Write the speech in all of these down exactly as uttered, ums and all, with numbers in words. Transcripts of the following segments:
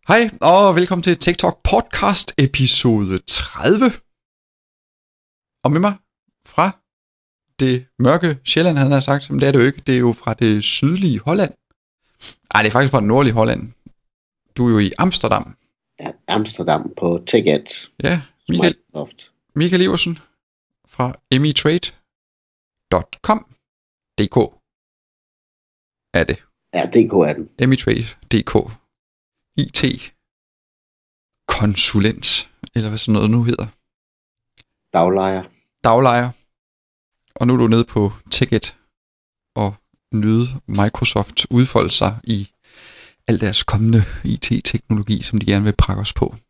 Hej og velkommen til TikTok podcast episode tredive. Og med mig fra det mørke Sjælland, havde jeg sagt, men det er det jo ikke. Det er jo fra det sydlige Holland. Ej, det er faktisk fra det nordlige Holland. Du er jo i Amsterdam. Ja, Amsterdam på TechEd. Ja, Michael, Michael Iversen fra emitrade punktum com punktum d k er det. Ja, D K er den. emitrade punktum d k I T-konsulent, eller hvad sådan noget nu hedder. Daglejer. Daglejer. Og nu er du nede på TechEd og nyde Microsoft udfolde sig i al deres kommende I T-teknologi, som de gerne vil prakke os på.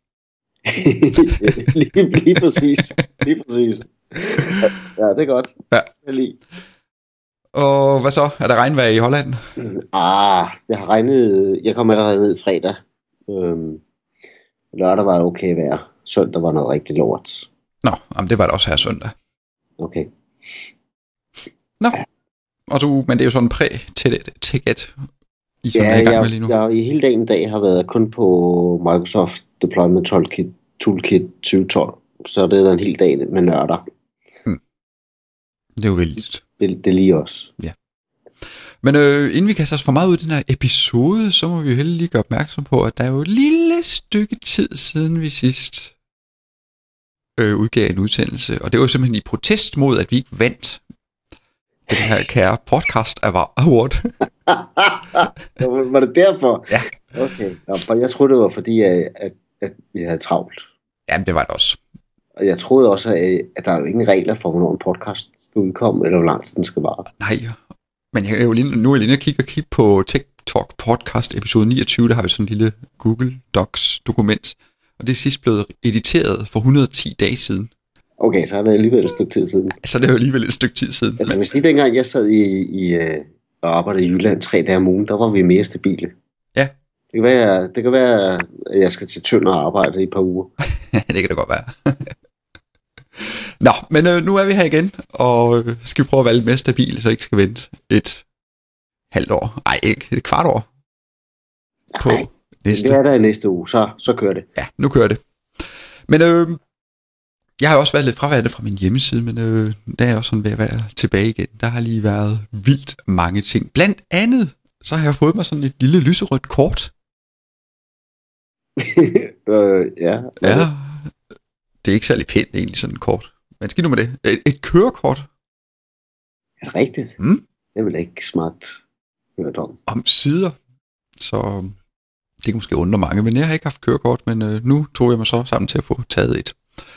lige, lige præcis. Lige præcis. Ja, det er godt. Ja. Jeg lige. Og hvad så? Er der regnvejr i Holland? Ah, det har regnet. Jeg kom allerede ned fredag. Øhm, lørdag var det okay vejr. Søndag var noget rigtig lort. Nå, jamen det var det også her søndag. Okay. Nå, og du, men det er jo sådan en præ-TechEd, I som ja, er i gang jeg, med lige nu. jeg i hele dagen i dag har været kun på Microsoft Deployment Toolkit, Toolkit tyve tolv. Så det har været en hel dag med nørder. Hmm. Det er jo vældigt. Det, det er lige også. Ja. Men øh, inden vi kaster os for meget ud i den her episode, så må vi jo heldig lige gøre opmærksom på, at der er jo et lille stykke tid siden vi sidst øh, udgav en udsendelse. Og det var simpelthen i protest mod, at vi ikke vandt den her kære podcast award. Var det derfor? Ja. Okay. Jeg troede, det var fordi, at, at, at vi havde travlt. Jamen, det var det også. Og jeg troede også, at der er jo ingen regler for, hvornår en podcast skal udkomme, eller hvor lang tid den skal vare. Nej, men jeg er jo lige, nu er jeg lige at kigge og kigge på TikTok podcast episode niogtyve, der har vi sådan en lille Google Docs dokument, og det er sidst blevet editeret for et hundrede og ti dage siden. Okay, så er det alligevel et stykke tid siden. Så det er jo alligevel et stykke tid siden. Altså, hvis lige dengang jeg sad i, i og arbejdede i Jylland tre dage om ugen, der var vi mere stabile. Ja. Det kan være, det kan være at jeg skal til Tønder og arbejde i et par uger. Det kan da godt være. Nå, men øh, nu er vi her igen, og øh, skal vi prøve at være lidt mere stabile, så jeg ikke skal vente et halvt år. Ej, ikke et kvart år. På Nej, næste. det er der i næste uge, så, så kører det. Ja, nu kører det. Men øh, jeg har også været lidt fraværende fra min hjemmeside, men øh, der er jeg også sådan ved at være tilbage igen. Der har lige været vildt mange ting. Blandt andet, så har jeg fået mig sådan et lille lyserødt kort. øh, ja. Ja, det er ikke særlig pænt egentlig sådan et kort. Men skidt nu med det. Et, et kørekort. Er det rigtigt? Mm. Det vil ikke smart hørt om. Om sider. Så det kan måske undre mange, men jeg har ikke haft kørekort, men øh, nu tog jeg mig så sammen til at få taget et.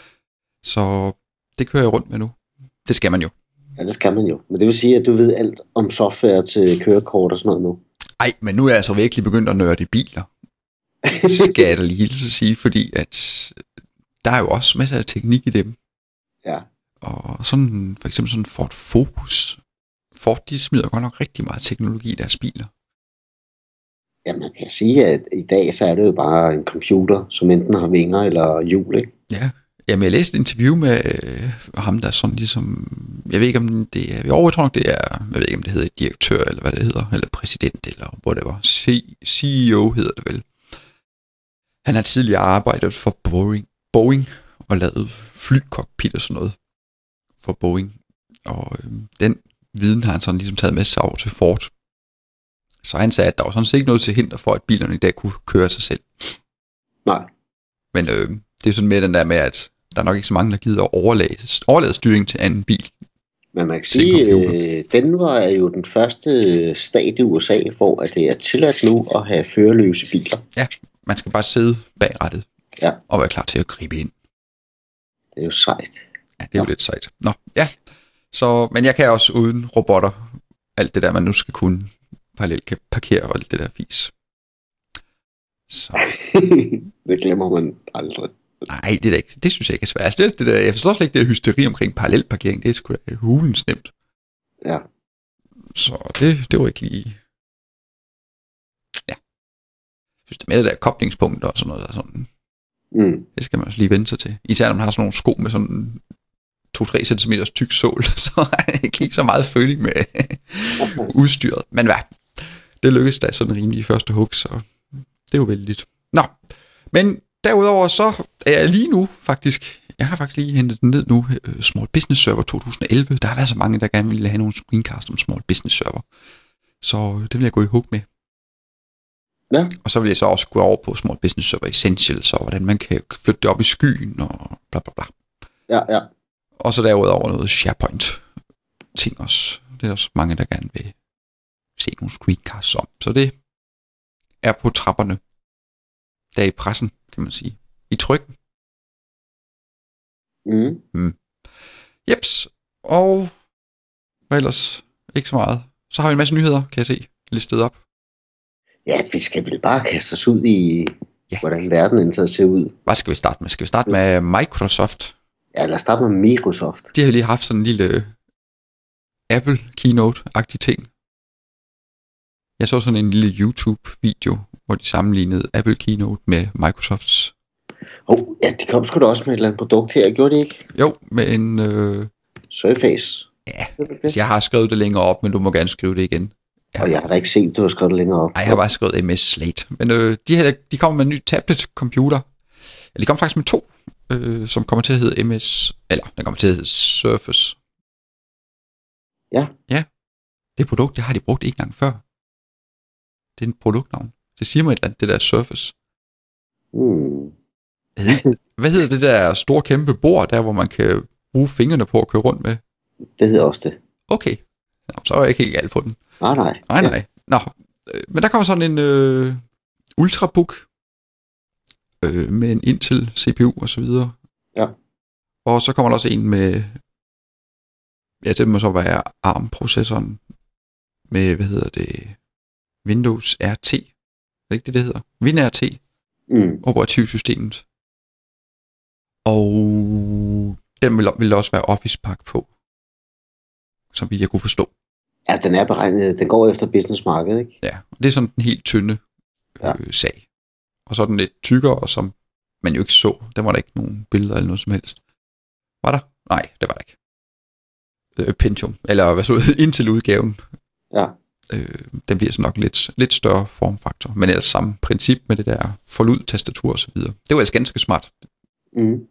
Så det kører jeg rundt med nu. Det skal man jo. Ja, det skal man jo. Men det vil sige, at du ved alt om software til kørekort og sådan noget nu. Ej, men nu er jeg så virkelig begyndt at nørde i biler. Skal jeg da lige hilse at sige, fordi at der er jo også masser af teknik i dem. Ja. Og sådan, for eksempel sådan Ford Focus. Ford, de smider godt nok rigtig meget teknologi i deres biler. Ja, man kan sige, at i dag så er det jo bare en computer, som enten har vinger eller hjul, ikke? Ja. Jamen, jeg læste et interview med øh, ham, der sådan ligesom, jeg ved ikke om det er, jeg tror nok det er, jeg ved ikke om det hedder direktør, eller hvad det hedder, eller præsident, eller whatever, C- CEO hedder det vel. Han har tidligere arbejdet for Boeing, Boeing og lavet flykokpit og sådan noget for Boeing. Og øh, den viden har han sådan ligesom taget med sig over til Ford. Så han sagde, at der var sådan set ikke noget til hinder for, at bilerne i dag kunne køre sig selv. Nej. Men øh, det er sådan med den der med, at der er nok ikke så mange, der gider at overlade, overlade styring til anden bil. Men man kan sige, at Denver er jo den første stat i U S A, hvor at det er tilladt nu at have førerløse biler. Ja, man skal bare sidde bag rattet ja. og være klar til at gribe ind. Det er jo sejt. Ja, det er jo ja. lidt sejt. Nå, ja. Så, men jeg kan også uden robotter, alt det der, man nu skal kunne, parallelt kan parkere og alt det der fis. Så. Det glemmer man aldrig. Nej, det er ikke. Det synes jeg ikke er svært. Det, det der, jeg forstår slet ikke det hysteri omkring parallelparkering. Det er sgu da hulens nemt. Ja. Så det, det var ikke lige. Ja. Jeg synes det med det der koblingspunkter og sådan noget der sådan. Mm. Det skal man også lige vende sig til. Især når man har sådan nogle sko med sådan to til tre centimeter tyk sål, så er det ikke lige så meget føling med udstyret. Men hvad? Det lykkedes da sådan rimelig i første hug, så det er jo vældigt. Nå, men derudover så er jeg lige nu faktisk, jeg har faktisk lige hentet den ned nu, uh, Small Business Server to tusind og elleve. Der har været så mange, der gerne ville have nogle screencast om Small Business Server. Så det vil jeg gå i hug med. Ja. Og så vil jeg så også gå over på Small Business Server Essentials, og hvordan man kan flytte det op i skyen, og bla bla bla. Ja, ja. Og så derudover noget SharePoint-ting også. Det er også mange, der gerne vil se nogle screencasts om. Så det er på trapperne. Der i pressen, kan man sige. I trykken. Mm. Mm. Jeps. Og hvad ellers? Ikke så meget. Så har vi en masse nyheder, kan jeg se, listet op. Ja, vi skal vel bare kaste os ud i, ja. hvordan verden indsats ser ud. Hvad skal vi starte med? Skal vi starte med Microsoft? Ja, lad os starte med Microsoft. De har lige haft sådan en lille Apple Keynote-agtig ting. Jeg så sådan en lille YouTube-video, hvor de sammenlignede Apple Keynote med Microsofts. Åh, oh, ja, de kom sgu da også med et eller andet produkt her, gjorde de ikke? Jo, med en... Øh... Surface. Ja, altså jeg har skrevet det længere op, men du må gerne skrive det igen. Jeg og jeg har da ikke set, du har skrevet det længere op. Nej, jeg har bare skrevet M S Slate. Men øh, de, her, de kommer med en ny tablet-computer. Eller de kommer faktisk med to, øh, som kommer til at hedde M S... Eller, den kommer til at hedde Surface. Ja. Ja. Det produkt, det har de brugt en gang før. Det er en produktnavn. Det siger mig et eller andet, det der Surface. Hmm. Hvad hedder det der store kæmpe bord, der hvor man kan bruge fingrene på at køre rundt med? Det hedder også det. Okay. Nå, så er jeg ikke helt galt på den. Nej, nej. Nej, nej. Nå, men der kommer sådan en øh, Ultrabook øh, med en Intel C P U og så videre. Ja. Og så kommer der også en med, ja, det må så være ARM-processoren med, hvad hedder det, Windows R T. Er det ikke det, det hedder? WinRT. Mm. Operativsystemet. Og den vil, vil også være Office-pakke på, som vi jeg kunne forstå. Ja, den er beregnet, den går efter businessmarkedet, ikke? Ja, det er sådan den helt tynde øh, ja. sag. Og så er den lidt tykkere, som man jo ikke så. Der var der ikke nogen billeder eller noget som helst. Var der? Nej, det var der ikke. Øh, Pentium, eller hvad så Intel-udgaven. Ja. Øh, den bliver så nok lidt, lidt større formfaktor, men ellers samme princip med det der forlud-tastatur og så videre. Det var ellers ganske smart. Mm.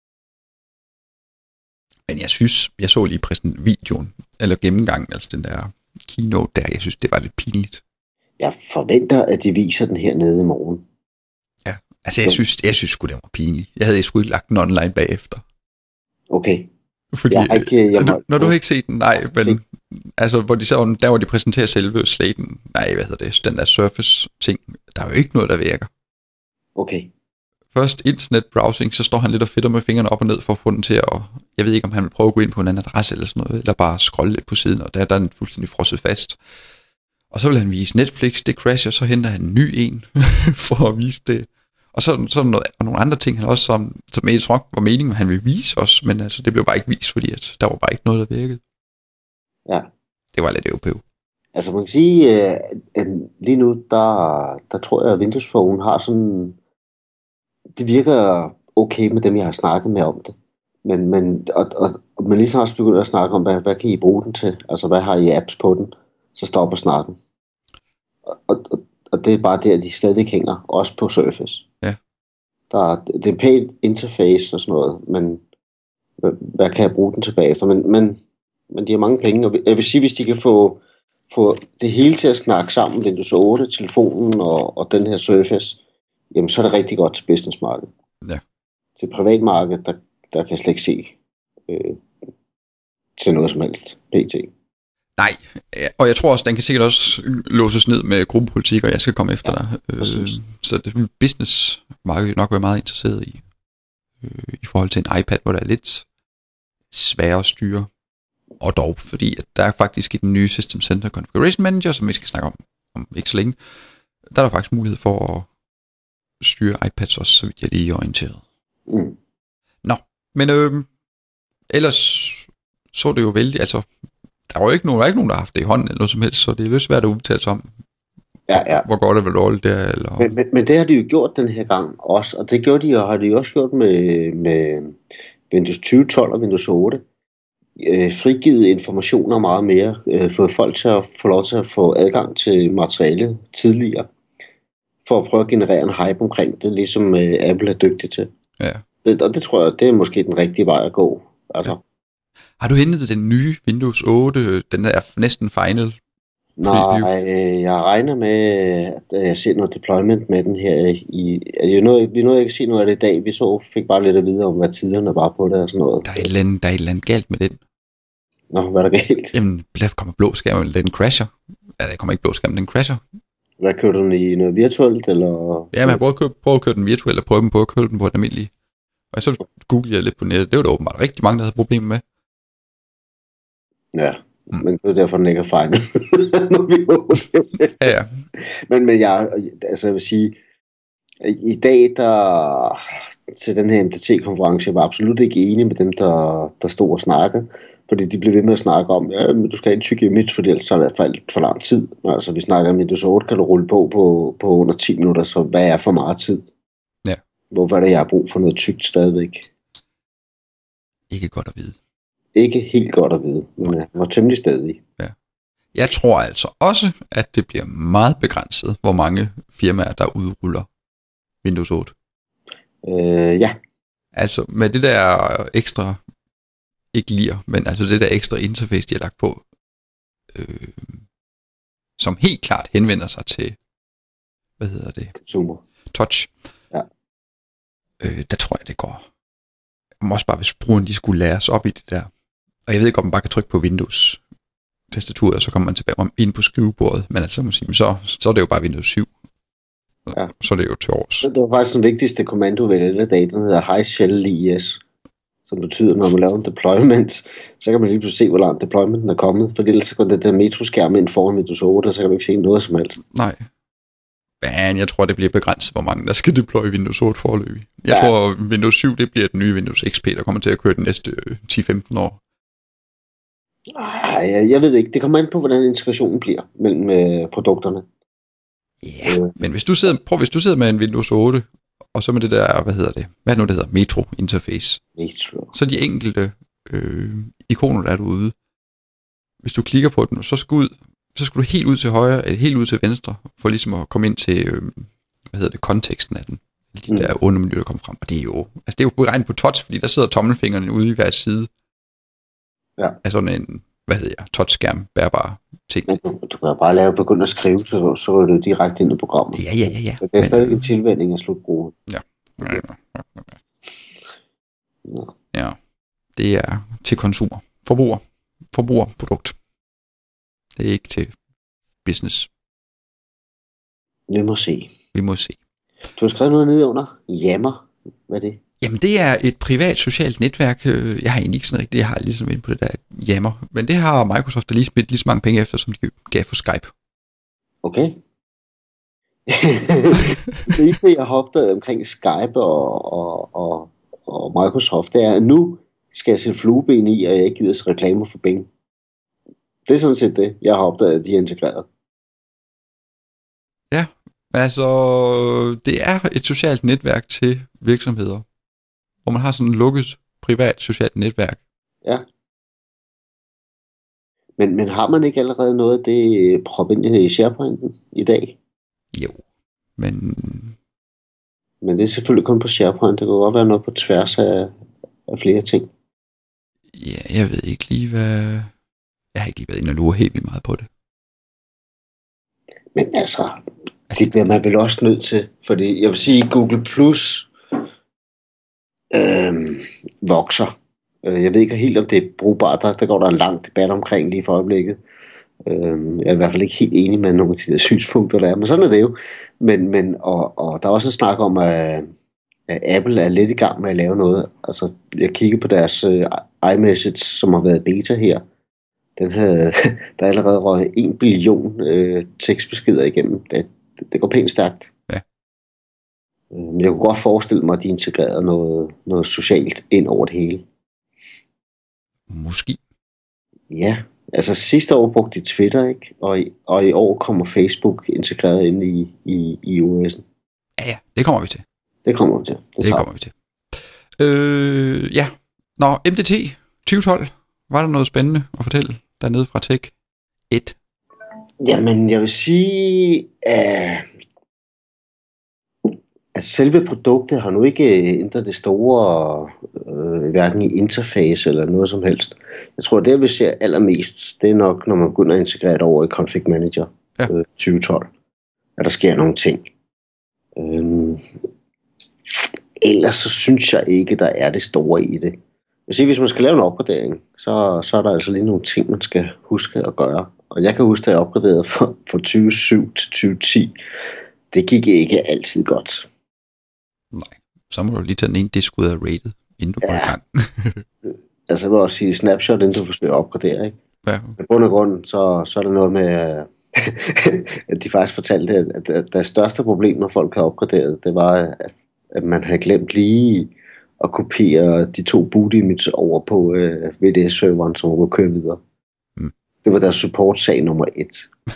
Men jeg synes, jeg så lige præsent videoen, eller gennemgangen, altså den der keynote der, jeg synes, det var lidt pinligt. Jeg forventer, at de viser den her nede i morgen. Ja, altså jeg synes, jeg synes sgu, det var pinligt. Jeg havde sgu ikke lagt den online bagefter. Okay. Fordi, jeg ikke, jeg må, når, når du har ikke set den, nej, men se. Altså, hvor de så, der hvor de præsenterer selve slaten, nej, hvad hedder det, den der Surface-ting, der er jo ikke noget, der virker. Okay. Først internet browsing, så står han lidt og fedter med fingrene op og ned for at få den til at, jeg ved ikke om han vil prøve at gå ind på en anden adresse eller sådan noget, eller bare scrolle lidt på siden, og der, der er den fuldstændig frosset fast. Og så vil han vise Netflix, det crasher, så henter han en ny en for at vise det. Og så, så noget, og nogle andre ting, han også, som, som jeg tror var meningen, han ville vise os, men altså, det blev bare ikke vist, fordi at der var bare ikke noget, der virkede. Ja. Det var lidt øvpøv. Altså man kan sige, at lige nu, der, der tror jeg, at Windows Phone har sådan, det virker okay med dem, jeg har snakket med om det. Men, men, og, og, og man ligesom også begynder at snakke om, hvad, hvad kan I bruge den til? Altså hvad har I apps på den? Så stopper snakken. Og, og, og det er bare der, de stadig hænger, også på Surface. Ja. Der, det er pænt interface og sådan noget, men hvad, hvad kan jeg bruge den tilbage efter? Men, men, men de har mange penge, og jeg vil sige, hvis de kan få, få det hele til at snakke sammen, Windows otte, telefonen og, og den her Surface, jamen så er det rigtig godt til businessmarkedet. Ja. Til privatmarkedet, der, der kan jeg slet ikke se øh, til noget som helst P T. Nej, og jeg tror også, den kan sikkert også låses ned med gruppepolitik, og jeg skal komme efter ja, dig. Øh, så det vil businessmarkedet nok være meget interesseret i. Øh, I forhold til en iPad, hvor der er lidt sværere at styre. Og dog, fordi at der er faktisk i den nye System Center Configuration Manager, som vi skal snakke om, om ikke så længe, der er der faktisk mulighed for at styre iPads også, så vidt jeg lige er orienteret. Mm. Nå, men øh, ellers så det jo vældig, altså der er jo ikke nogen, der, er ikke nogen, der har haft det i hånden eller noget som helst, så det er lidt svært at udtale sig om, ja, ja. hvor godt det var dårligt der. Eller... Men, men, men det har de jo gjort den her gang også, og det gjorde de, og har de også gjort med, med Windows tyve tolv og Windows otte. Øh, frigivet informationer meget mere, øh, fået folk til at få lov til at få adgang til materiale tidligere. for at prøve at generere en hype omkring det, ligesom øh, Apple er dygtig til. Ja. Det, og det tror jeg, det er måske den rigtige vej at gå. Altså. Ja. Har du hentet den nye Windows otte, den der næsten final preview? Nej, øh, jeg regner med, at jeg ser noget deployment med den her i... Altså, nåede, vi nåede ikke at se noget af det i dag. Vi så fik bare lidt at vide om, hvad tiderne var på det og sådan noget. Der er et eller andet, der er et eller andet galt med den. Nå, hvad er der galt? Jamen, der kommer blå skærm, eller den crasher. Ja, der kommer ikke blå skærm, den crasher. Hvad kører du den i? Noget virtuelt, eller? Ja, men jeg prøver at, køre, prøve at køre den virtuelt, og prøve på at køre den på den almindelige. Og så googlede jeg lidt på nettet. Det var der åbenbart rigtig mange, der havde problemer med. Ja, mm. men det er derfor, den ikke er fejl. ja, ja. Men, men jeg, altså jeg vil sige, i dag, der til den her M D T-konference, jeg var absolut ikke enig med dem, der, der stod og snakkede. Fordi de blev ved med at snakke om, ja, men du skal have en tyk image, for ellers så er det for, for lang tid. Altså vi snakker om Windows otte, kan du rulle på, på på under ti minutter, så hvad er for meget tid? Ja. Hvorfor er det, jeg har brug for noget tykt stadigvæk? Ikke godt at vide. Ikke helt godt at vide, men jeg var temmelig stadig. Ja. Jeg tror altså også, at det bliver meget begrænset, hvor mange firmaer, der udruller Windows otte. Øh, ja. Altså med det der ekstra, ikke lir, men altså det der ekstra interface, de har lagt på, øh, som helt klart henvender sig til, hvad hedder det? Consumer. Touch. Ja. Øh, der tror jeg, det går. Også bare, hvis brugeren de skulle læres op i det der. Og jeg ved ikke, om man bare kan trykke på Windows-tastaturet, og så kommer man tilbage ind på skrivebordet. Men altså, så, så er det jo bare Windows syv. Ja. Så er det jo til års. Det var faktisk den vigtigste kommando ved det dag, den hedder High Shell I S, som betyder, når man laver en deployment, så kan man lige pludselig se, hvor langt deploymenten er kommet. For ellers så går det der metroskærm ind foran Windows otte, og så kan du ikke se noget som helst. Nej. Men jeg tror, det bliver begrænset, hvor mange der skal deploye Windows otte foreløbig. Jeg ja. tror, Windows syv, det bliver den nye Windows X P, der kommer til at køre de næste ti til femten år. Nej, jeg, jeg ved ikke. Det kommer an på, hvordan integrationen bliver mellem øh, produkterne. Ja, øh. men hvis du sidder, prøv hvis du sidder med en Windows otte, og så med det der, hvad hedder det? Hvad er det nu, det hedder? Metro Interface. Metro. Så de enkelte øh, ikoner, der er derude, hvis du klikker på den, så skal, ud, så skal du helt ud til højre, eller helt ud til venstre, for ligesom at komme ind til, øh, hvad hedder det, konteksten af den. De mm. der undermenuer, der kommer frem. Og det er jo, altså det er jo beregnet på touch, fordi der sidder tommelfingrene ude i hver side. Ja. Af sådan en, hvad hedder jeg, touchskærm, bærbare ting. Men du, du kan bare lave, begynde at skrive, så, så er det direkte ind i programmet. Ja, ja, ja, ja. Så det er stadig men, en tilvænning af slutbrugeren. Ja. Ja, ja, ja. Ja. Det er til konsumer. Forbruger. Forbrugerprodukt. Det er ikke til business. Vi må se. Vi må se. Du har skrevet noget ned under. Yammer. Hvad er det? Jamen det er et privat socialt netværk. Jeg har egentlig ikke sådan rigtigt, jeg har ligesom ind på det der Yammer. Men det har Microsoft der lige smidt lige så mange penge efter, som de gav for Skype. Okay. Det eneste, jeg har opdaget omkring Skype og, og, og, og Microsoft, det er, at nu skal jeg sætte flueben i, og jeg ikke gider reklamer for penge. Det er sådan set det, jeg har opdaget, at de er integreret. Ja, altså det er et socialt netværk til virksomheder, hvor man har sådan et lukket privat socialt netværk. Ja. Men, men har man ikke allerede noget af det proppet ind i SharePointen i dag? Jo, men... Men det er selvfølgelig kun på SharePoint. Det kan godt være noget på tværs af, af flere ting. Ja, jeg ved ikke lige, hvad... Jeg har ikke lige været inde og lure helt vildt meget på det. Men altså, det bliver man vel også nødt til. Fordi jeg vil sige, Google Plus øh, vokser. Jeg ved ikke helt, om det er brugbart. Der, der går der en lang debat omkring lige for øjeblikket. Jeg er i hvert fald ikke helt enig med nogle af de der synspunkter, der er. Men sådan er det jo. Men, men, og, og der er også en snak om, at, at Apple er lidt i gang med at lave noget. Altså, jeg kigger på deres uh, iMessage, som har været beta her. Den havde, der er allerede røget en billion uh, tekstbeskeder igennem. Det, det går pænt stærkt. Ja. Men jeg kunne godt forestille mig, at de integrerede noget, noget socialt ind over det hele. Måske. Ja, altså sidste år brugte de Twitter, ikke? Og i, og i år kommer Facebook integreret ind i, i, i O S'en. Ja, ja, det kommer vi til. Det kommer vi til. Det, det kommer vi til. Øh, ja. Nå, M D T tyve tolv. Var der noget spændende at fortælle dernede fra Tech et? Jamen, jeg vil sige, at at selve produktet har nu ikke ændret det store, øh, hverken i interface eller noget som helst. Jeg tror, det vi ser allermest, det er nok, når man begynder at integrere det over i Config Manager Ja. øh, tyve tolv, at der sker nogle ting. Øhm, ellers så synes jeg ikke, der er det store i det. Jeg siger, hvis man skal lave en opgradering, så, så er der altså lige nogle ting, man skal huske at gøre. Og jeg kan huske, at jeg opgraderede fra, fra tyve syv til tyve ti. Det gik ikke altid godt. Nej, så må du lige tage den ene disk ud af rated, inden du ja. går i gang. Altså jeg vil også sige snapshot, inden du forsøger at opgradere, ikke? Ja. I bund og grund, så, så er der noget med, at de faktisk fortalte, at, at, at deres største problem, når folk har opgraderet, det var, at, at man havde glemt lige at kopiere de to boot images over på øh, V D S-serveren, som kunne køre videre. Mm. Det var deres support-sag nummer et.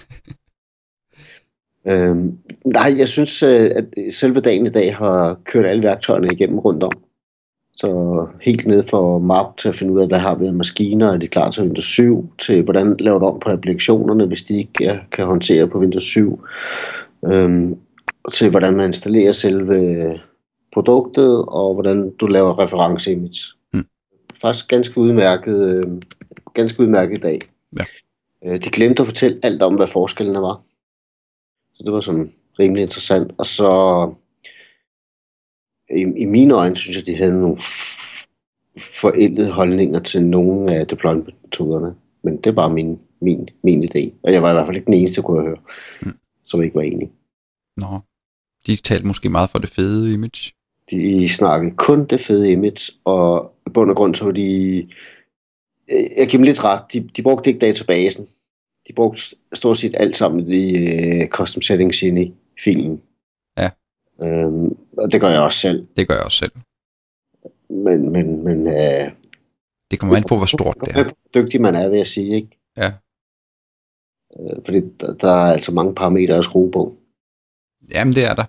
øhm, nej, jeg synes, at selve dagen i dag har kørt alle værktøjerne igennem rundt om. Så helt ned for map til at finde ud af, hvad har vi af maskiner, er de klar til Windows syv, til hvordan laver du om på applikationerne, hvis de ikke kan håndtere på Windows syv, øhm, til hvordan man installerer selve produktet, og hvordan du laver reference-image. Mm. Faktisk ganske udmærket, øh, ganske udmærket i dag. Ja. Øh, de glemte at fortælle alt om, hvad forskellene var. Så det var sådan rimelig interessant. Og så i, i mine øjne, synes jeg, de havde nogle forældede holdninger til nogle af deployment-metoderne. Men det er bare min, min, min idé. Og jeg var i hvert fald ikke den eneste, kunne jeg høre, mm. som ikke var enig. Nå, de talte måske meget for det fede image. De snakkede kun det fede image, og i bund og grund så de... Jeg giver dem lidt ret. De, de brugte ikke databasen. De brugte stort set alt sammen i uh, custom settings inde i filen. Ja. Øhm, og det gør jeg også selv. Det gør jeg også selv. Men, men, men uh, det kommer an på, hvor stort det er. Hvor dygtig man er, vil jeg sige, ikke? Ja. Uh, fordi der, der er altså mange parametre at skrue på. Jamen, det er der.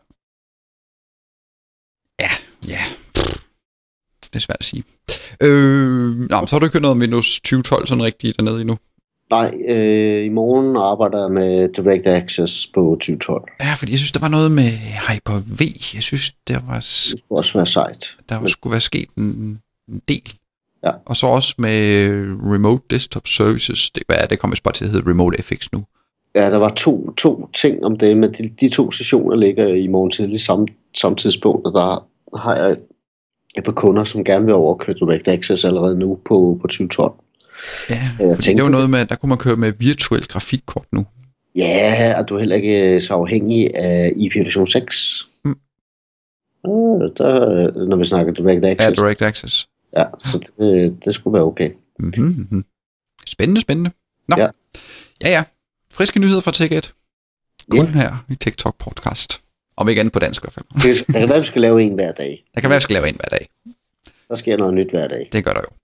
Ja, ja. Det er svært at sige. Øh, nå, så har du ikke hørt noget om Windows tyve tolv sådan rigtigt dernede endnu? Nej, øh, i morgen arbejder jeg med Direct Access på tyve tolv. Ja, fordi jeg synes, der var noget med Hyper-V. Jeg synes, der var... Det skulle også være sejt. Der var, skulle være sket en, en del. Ja. Og så også med Remote Desktop Services. Det, hvad er det? kommer bare til at hedde Remote F X nu. Ja, der var to, to ting om det, men de, de to sessioner ligger i morgen tidlig samme, samme tidspunkt, og der har jeg et par kunder, som gerne vil overkøre Direct Access allerede nu på, på tyve tolv. Ja, jeg det var noget med, der kunne man køre med virtuel grafikkort nu. Ja, og du er heller ikke så afhængig af I P version seks. Mm. Uh, der, når vi snakker Direct Access. Ja, Direct Access. Ja, så det, det skulle være okay. Mm-hmm. Spændende, spændende. Nå, ja, ja. ja. Friske nyheder fra Tech et. Kun ja. her i TikTok podcast. Om ikke andet på dansk i hvert fald. Det kan være, vi skal lave en hver dag. Der kan være, vi skal lave en hver dag. Der sker noget nyt hver dag. Det gør der jo.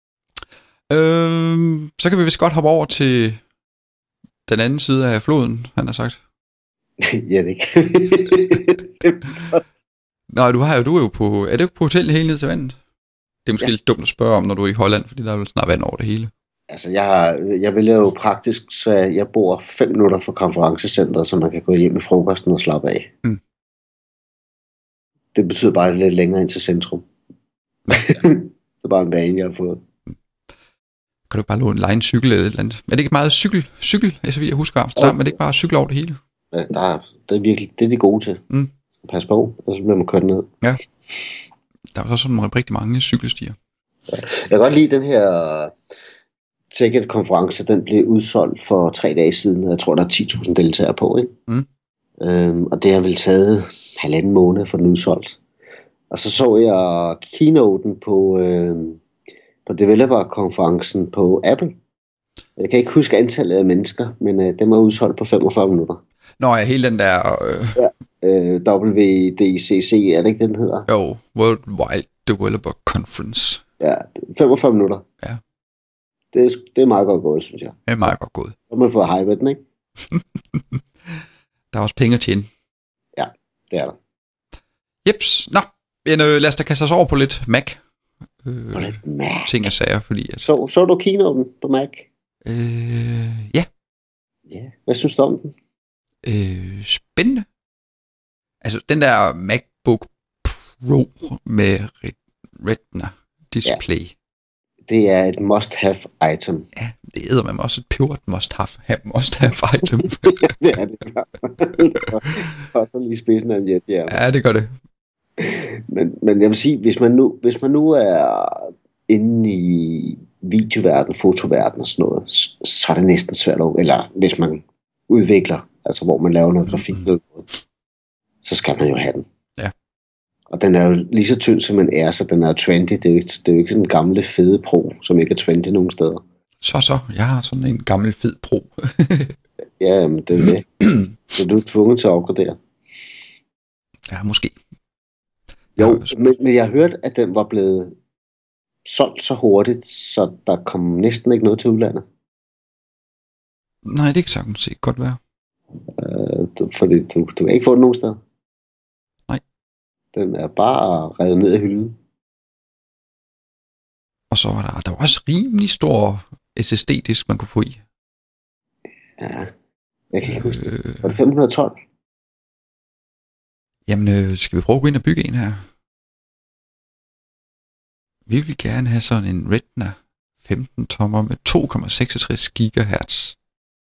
Øhm, så kan vi vist godt hoppe over til den anden side af floden, han har sagt. Ja, det kan Nå, du, har jo, du er jo på... Er det jo på hotel hele ned til vandet? Det er måske ja. lidt dumt at spørge om, når du er i Holland, fordi der er vel snart vand over det hele. Altså, jeg, har, jeg vil jo praktisk, så jeg bor fem minutter fra konferencecentret, så man kan gå hjem i frokosten og slappe af. Mm. Det betyder bare lidt længere ind til centrum. Ja. Det er bare en vane, jeg har fået. Mm. Kan du bare låne en line-cykel eller et eller andet? Er det ikke meget cykel? Cykel, altså jeg husker Amsterdam, okay. Men det er ikke bare cykel over det hele? Ja, der er, det er virkelig, det er de gode til. Mm. Pas på, og så bliver man kørt ned. Ja. Der er også sådan rigtig mange cykelstier. Ja. Jeg kan godt lide den her Tech et-konference, den blev udsolgt for tre dage siden, og jeg tror, der er ti tusind deltagere på, ikke? Mm. Øhm, og det har vel taget halvanden måned for den udsolgt. Og så så jeg keynoten på, øh, på developer-konferencen på Apple. Jeg kan ikke huske antallet af mennesker, men øh, den var udsolgt på femogfyrre minutter. Nå ja, hele den der... Øh... Ja, øh, W D C C, er det ikke den hedder? Jo, Worldwide Developer Conference. Ja, femogfyrre minutter. Ja. Det er, det er meget godt gået, synes jeg. Det er meget godt gået. Så må man få hypet den, ikke? Der er også penge at tjene. Ja, det er der. Jeps, nå. Men, øh, lad os da kaste os over på lidt Mac. Øh, lidt Mac. Ting og sager, fordi... At... Så, så du keynoten på Mac? Øh, ja. Ja, hvad synes du om den? Øh, spændende. Altså, den der Mac MacBook Pro med Retina display. Ja. Det er et must-have item. Ja, det æder man også et pivot must-have must-have item. Ja, det er det. Det koster lige spidsen af en jet, ja. Ja, det gør det. Men, men jeg vil sige, hvis man nu, hvis man nu er inde i videoverden, fotoverden og sådan noget, så er det næsten svært at, eller hvis man udvikler, altså hvor man laver noget grafik, mm-hmm. så skal man jo have den. Ja. Og den er jo lige så tynd, som en er, så den er trendy. Det er jo ikke, det er jo ikke den gamle fede Pro, som ikke er trendy nogen steder. Så så, jeg har sådan en gammel fed Pro. Ja, men det er det. Så du er tvunget til at opgradere. Ja, måske. Jo, ja, men, men jeg har hørt, at den var blevet solgt så hurtigt, så der kom næsten ikke noget til udlandet. Nej, det kan sagtens se godt være. Øh, du, fordi du, du kan ikke få den nogen steder. Nej. Den er bare revet ned af hylden. Og så var der, der var også rimelig stor S S D-disk, man kunne få i. Ja, jeg kan ikke huske det. Var det fem hundrede og tolv? Jamen, øh, skal vi prøve at gå ind og bygge en her? Vi vil gerne have sådan en Retina femten tommer med to komma seksogtres gigahertz.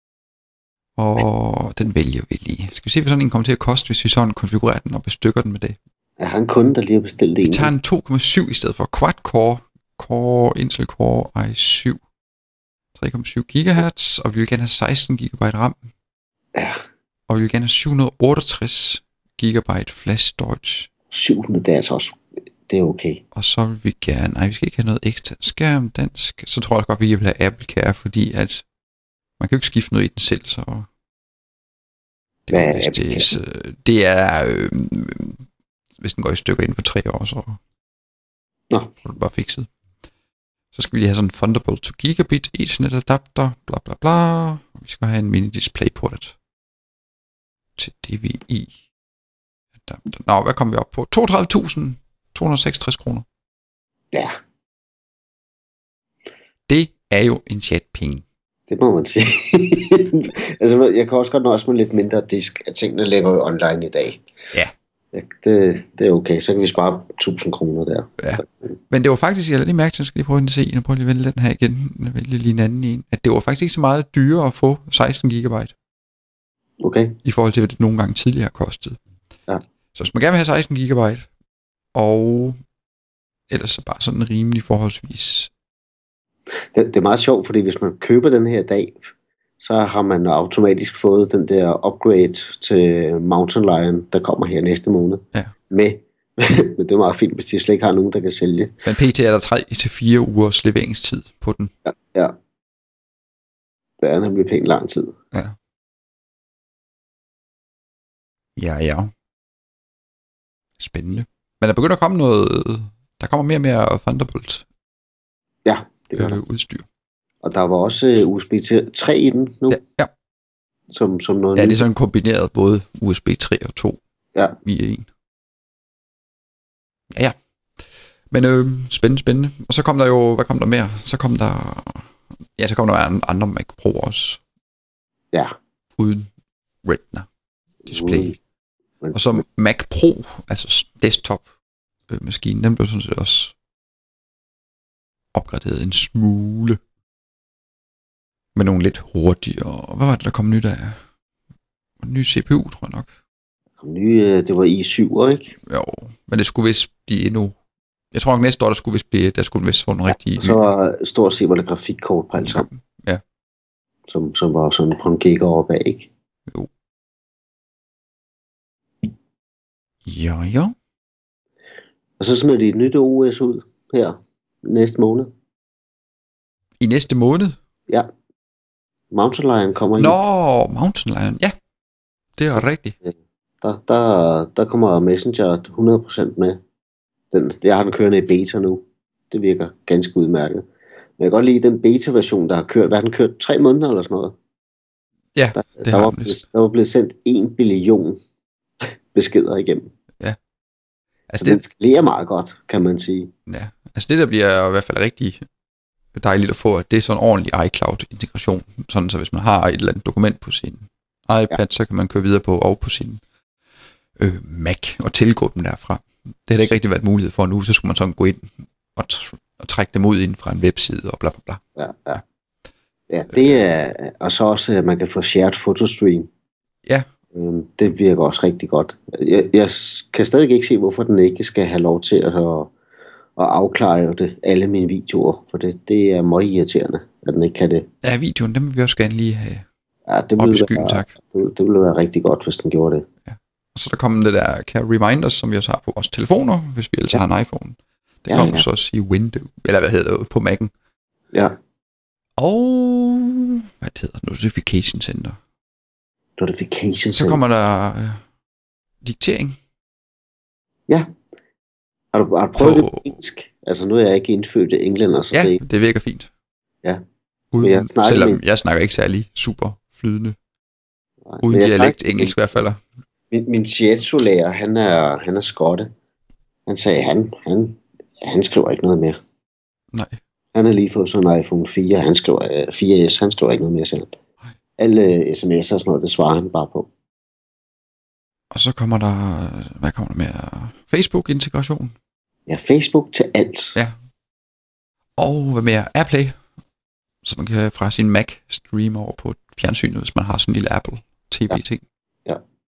Og den vælger vi lige. Skal vi se, hvad sådan en kommer til at koste, hvis vi sådan konfigurerer den og bestykker den med det? Jeg har en kunde, der lige har bestilt en. Vi tager en to komma syv i stedet for quad-core. Core, Intel Core i syv. tre komma syv gigahertz, og vi vil gerne have seksten gigabyte RAM. Ja. Og vi vil gerne have syv hundrede og otteogtres gigabyte flash storage. syv hundrede, det er altså også, det er okay. Og så vil vi gerne, nej, vi skal ikke have noget ekstra skærm, den skal, så tror jeg godt, vi vil have Apple Care, fordi at man kan jo ikke skifte noget i den selv, så det, hvad er hvis Apple det, så, det er, øh, hvis den går i stykker inden for tre år, så Nå. er det bare fikset. Så skal vi lige have sådan en Thunderbolt to gigabit Ethernet adapter, bla bla bla, og vi skal have en mini DisplayPort til D V I adapter. Nå, hvad kommer vi op på? toogtredive tusind to hundrede og seksogtres kroner. Ja. Det er jo en chat penge. Det må man sige. Altså, jeg kan også godt nøjes med lidt mindre disk, at tingene ligger jo online i dag. Ja. Ja, det, det er okay, så kan vi spare tusind kroner der. Ja. Men det var faktisk, jeg lige mærke til, jeg skal lige prøve at se, jeg prøver lige at vælge den her igen, jeg vælger lige en anden en, at det var faktisk ikke så meget dyrere at få seksten gigabyte. Okay. I forhold til, hvad det nogle gange tidligere har kostet. Ja. Så hvis man gerne vil have seksten gigabyte, og ellers så bare sådan rimelig forholdsvis. Det, det er meget sjovt, fordi hvis man køber den her i dag, så har man automatisk fået den der upgrade til Mountain Lion, der kommer her næste måned. Ja. Med. Men det er meget fint, hvis de slet ikke har nogen, der kan sælge. Men pt. Er der tre til fire ugers leveringstid på den. Ja, ja. Det er nemlig pænt lang tid. Ja. Ja, ja. Spændende. Men der begynder at komme noget, der kommer mere og mere Thunderbolt. Ja, det gør der. Øh, udstyr. Og der var også uh, U S B tre i den nu. Ja, ja. Som, som noget ja, nyt. det er sådan kombineret både U S B tre og to ja. i en. Ja, ja. Men øh, spændende, spændende. Og så kom der jo, hvad kom der mere? Så kom der, ja, så kom der andre Mac Pro også. Ja. Uden Retina display. Uden. Men, og så Mac Pro, altså desktop øh, maskinen, den blev sådan set også opgraderet en smule. Med nogle lidt hurtigere. Hvad var det, der kom nyt af? En ny C P U, tror jeg nok. Nye, det var i syv, ikke? Jo, men det skulle vist blive endnu. Jeg tror nok næste år, der skulle vist blive, der skulle vist få en ja, rigtig. Så var stort set var det grafikkort på alt sammen. Ja. Som, som var sådan på en giga over bag, ikke? Jo. Ja, ja. Og så smider de et nyt O S ud her næste måned. I næste måned? Ja. Mountain Lion kommer Nå, i. Mountain Lion, ja. Det er rigtigt. Der, der, der kommer Messenger hundrede procent med. Den, jeg har den kørende i beta nu. Det virker ganske udmærket. Men jeg kan godt lide den beta-version, der har kørt. Hvad har den kørt? Tre måneder eller sådan noget? Ja, der, det der har var, den blevet, der var blevet sendt en billion beskeder igennem. Ja. Altså, så det, den skalerer meget godt, kan man sige. Ja, altså det der bliver i hvert fald rigtig dejligt at få, at det er sådan en ordentlig iCloud-integration. Sådan så hvis man har et eller andet dokument på sin iPad, ja. Så kan man køre videre på og på sin øh, Mac og tilgå dem derfra. Det har der ikke rigtig været mulighed for nu, så skulle man sådan gå ind og, tr- og trække dem ud ind fra en webside og bla bla bla. Ja, ja. Ja, det er, og så også, at man kan få shared photostream. Ja. Øhm, det virker også rigtig godt. Jeg, jeg kan stadig ikke se, hvorfor den ikke skal have lov til at, at afklare det, alle mine videoer, for det, det er meget irriterende, at den ikke kan det. Ja, videoen, dem vil vi også gerne lige have ja, det op i ville skyen, være, tak. Det, det ville være rigtig godt, hvis den gjorde det. Ja. Og så der kommer det der kære reminders, som vi også har på vores telefoner, hvis vi ellers ja. har en iPhone. Det kommer ja, ja. så også i Windows, eller hvad hedder det, på Mac'en. Ja. Og hvad det hedder, Notification Center. Notification Center. Så kommer der øh, diktering. Ja. Har du, har du prøvet på... det på engelsk? Altså nu er jeg ikke indfødt englænder, så ja, det... det virker fint. Ja. Uden, jeg selvom med... jeg snakker ikke særlig super flydende. Nej, uden dialekt engelsk i hvert fald. Min, min shiatsu-lærer, han er, han er skotte. Han sagde, han, han, han skriver ikke noget mere. Nej. Han har lige fået sådan en iPhone fire, han skriver, fire S, han skriver ikke noget mere selv. Nej. Alle sms'er og sådan noget, det svarer han bare på. Og så kommer der, hvad kommer der mere? Facebook-integration. Ja, Facebook til alt. Ja. Og hvad mere? Airplay. Så man kan fra sin Mac streame over på fjernsynet, hvis man har sådan en lille Apple T V-ting. Ja. ja.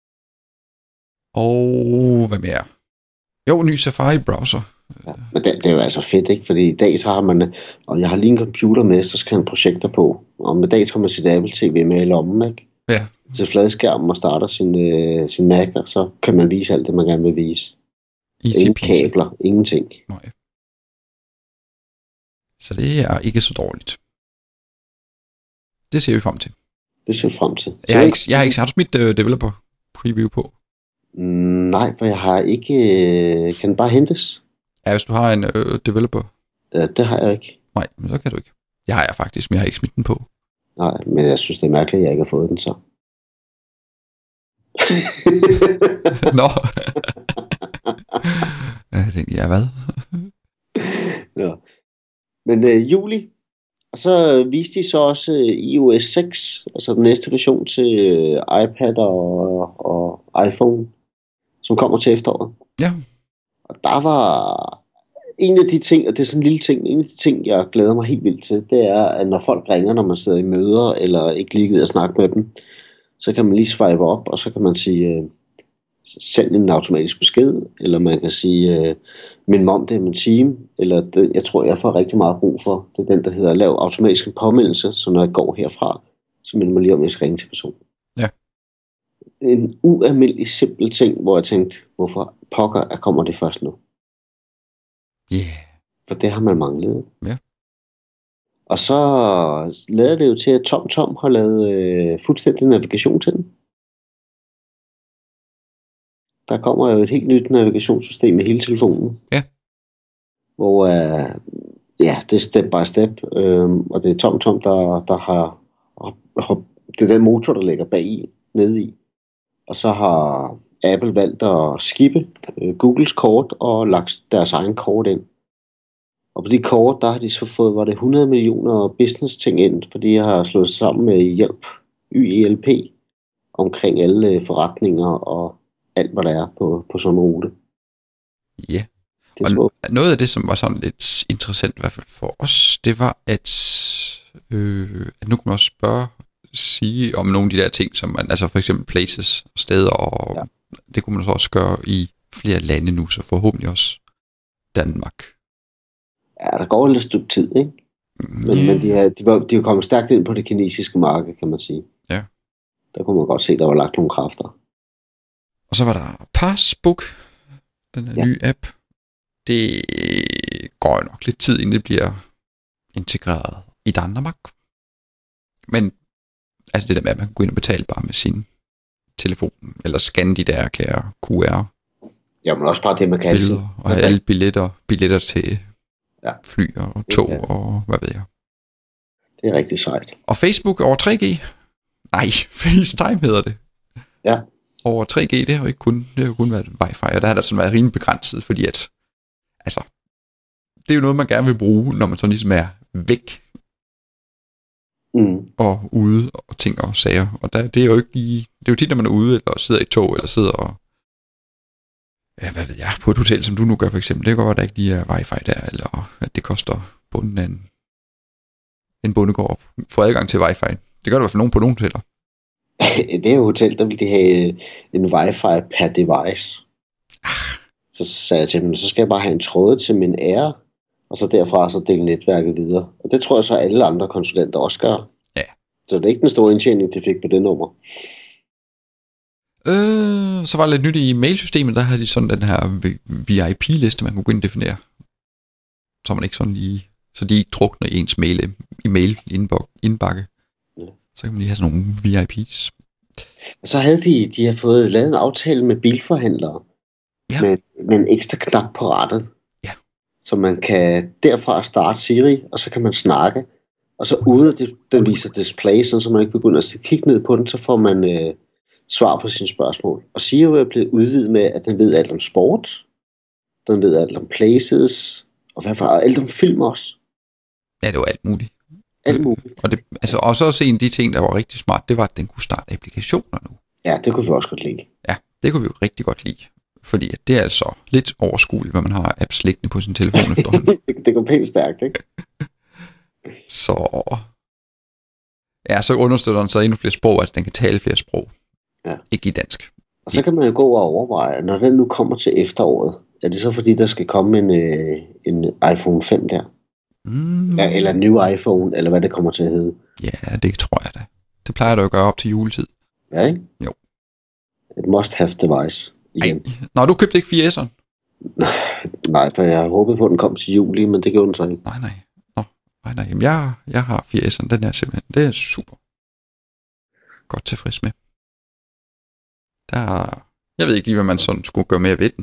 Og hvad mere? Jo, ny Safari-browser. Ja, men det, det er jo altså fedt, ikke? Fordi i dag så har man, og jeg har lige en computer med, så skal han projekter på. Og med dag skal man sit Apple T V med i lommen, ikke? Ja. Til fladskærmen og starter sin, øh, sin Mac, og så kan man vise alt det, man gerne vil vise. Ingen kabler, ingenting. Nej. Så det er ikke så dårligt. Det ser vi frem til. Det ser vi frem til. Jeg har ikke, jeg har ikke har du smidt uh, developer preview på? Mm, nej, for jeg har ikke... Øh, kan den bare hentes? Ja, hvis du har en uh, developer. Ja, det har jeg ikke. Nej, men så kan du ikke. Jeg har jeg faktisk, men jeg har ikke smidt den på. Nej, men jeg synes, det er mærkeligt, at jeg ikke har fået den så. Nå. Jeg tænkte, ja, hvad? Ja. Men øh, juli, og så viste de så også øh, i O S seks, altså den næste version til øh, iPad og, og iPhone, som kommer til efteråret. Ja. Og der var en af de ting, og det er sådan en lille ting, en af de ting, jeg glæder mig helt vildt til, det er, at når folk ringer, når man sidder i møder, eller ikke lige gider at snakke med dem, så kan man lige swipe op, og så kan man sige, øh, send en automatisk besked, eller man kan sige, øh, min mom, det er min team, eller det, jeg tror, jeg får rigtig meget brug for, det er den, der hedder lav automatisk påmeldelse, så når jeg går herfra, så minder mig lige om, at jeg skal ringe til personen. Ja. En ualmindelig simpel ting, hvor jeg tænkte, hvorfor pokker kommer det først nu? Ja. Yeah. For det har man manglet. Ja. Og så lader det jo til, at TomTom har lavet øh, fuldstændig navigation til den. Der kommer jo et helt nyt navigationssystem i hele telefonen. Ja. Hvor øh, ja, det er step by step, øh, og det er TomTom, der, der har, har, det er den motor, der ligger bag i, nede i. Og så har Apple valgt at skippe øh, Googles kort og lagt deres egen kort ind. Og på de kort, der har de så fået, var det hundrede millioner business ting ind, fordi de har slået sig sammen med hjælp, Y E L P, omkring alle forretninger og alt, hvad der er på, på sådan en rute. Ja, og noget af det, som var sådan lidt interessant, i hvert fald for os, det var, at, øh, at nu kan man også spørge, sige om nogle af de der ting, som man, altså for eksempel places, steder, og ja. Det kunne man så også gøre i flere lande nu, så forhåbentlig også Danmark. Ja, der går lidt stykke tid, ikke? Men, yeah. men de, har, de, var, de er kommet stærkt ind på det kinesiske marked, kan man sige. Ja. Der kunne man godt se, der var lagt nogle kræfter. Og så var der Passbook, den her ja. nye app. Det går nok lidt tid, inden det bliver integreret i Danmark. Men altså det der med, at man kan gå ind og betale bare med sin telefon, eller scanne de der kære Q R. Ja, men også bare det, man kan billeder, og have alle billetter, billetter til ja. fly og tog, ja. Og hvad ved jeg. Det er rigtig sejt. Og Facebook over tre G? Nej, FaceTime hedder det. Ja. Over tre G, det har jo ikke kun, det har jo kun været wifi, og der har der sådan været rimelig begrænset, fordi at, altså, det er jo noget, man gerne vil bruge, når man sådan ligesom er væk, mm. og ude, og ting og sager, og der, det er jo ikke lige, det er jo tit, når man er ude, eller sidder i tog, eller sidder og ja, hvad ved jeg, på et hotel, som du nu gør for eksempel. Det kan godt være, at der ikke lige er wifi der, eller at det koster bunden af en, en bondegård at få adgang til wifi. Det gør det i hvert fald nogen på nogle hoteller. Det her hotel, der vil de have en wifi per device. Så sagde jeg til dem, så skal jeg bare have en tråd til min ære, og så derfra så dele netværket videre. Og det tror jeg så alle andre konsulenter også gør. Ja. Så det er ikke den store indtjening, de fik på det nummer. Øh, så var der lidt nyt i mailsystemet, der havde de sådan den her V I P-liste, man kunne gå ind og definere. Så man ikke sådan lige, så de ikke drukner i ens mail, i mail indbakke. Ja. Så kan man lige have sådan nogle V I P's. Og så havde de, de har fået lavet en aftale med bilforhandlere, ja. med, med en ekstra knap på rattet. Ja. Så man kan derfra starte Siri, og så kan man snakke. Og så uden at det, den viser display, så man ikke begynder at kigge ned på den, så får man øh, svar på sine spørgsmål. Og Siri er blevet udvidet med, at den ved alt om sport, den ved alt om places, og hvad for alt om film også. Ja, det var alt muligt. Alt muligt. Og, det, altså, og så også en af de ting, der var rigtig smart, det var, at den kunne starte applikationer nu. Ja, det kunne vi også godt lide. Ja, det kunne vi jo rigtig godt lide. Fordi det er altså lidt overskueligt, hvad man har apps liggende på sin telefon efterhånden. det, det går pænt stærkt, ikke? Så... Ja, så understøtter den så endnu flere sprog, at den kan tale flere sprog. Ja. Ikke i dansk. Og så kan man jo gå og overveje, når den nu kommer til efteråret, er det så fordi, der skal komme en, øh, en iPhone fem der? Mm. Ja, eller en ny iPhone, eller hvad det kommer til at hedde. Ja, det tror jeg da. Det plejer du at gøre op til juletid. Ja, ikke? Jo. Et must-have device. Igen. Ej. Nå, du købte ikke fire S'eren? Nej, for jeg har håbet på, at den kom til juli, men det gjorde den så ikke. Nej, nej. Nå, nej, nej. Jamen, jeg, jeg har fire S'eren. Den er simpelthen, det er super. Godt tilfreds med. Der, jeg ved ikke lige, hvad man sådan skulle gøre mere ved den.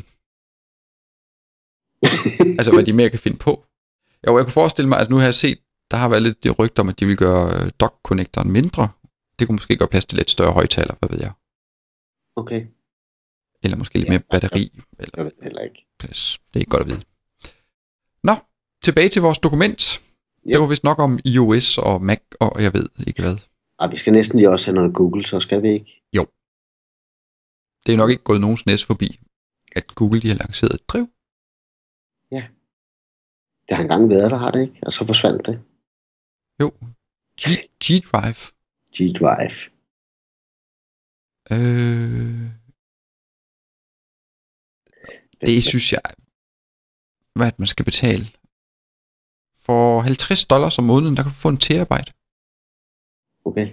Altså, hvad de mere kan finde på. Jo, jeg kunne forestille mig, at nu har jeg set, der har været lidt det rygter om, at de vil gøre dock-connectoren mindre. Det kunne måske gøre plads til lidt større højtaler, hvad ved jeg. Okay. Eller måske lidt ja, mere batteri. Jeg ved heller ikke. Plads. Det er ikke godt at vide. Nå, tilbage til vores dokument. Yep. Det var vist nok om iOS og Mac, og jeg ved ikke hvad. Ej, vi skal næsten lige også have noget Google, så skal vi ikke? Jo. Det er nok ikke gået nogens næse forbi, at Google de har lanceret et drev. Ja. Det har engang været, der har det ikke, og så forsvandt det. Jo. G- G-Drive. G-Drive. Øh... Det synes jeg, hvad man skal betale. For halvtreds dollars om måneden, der kan du få en terabyte. Okay.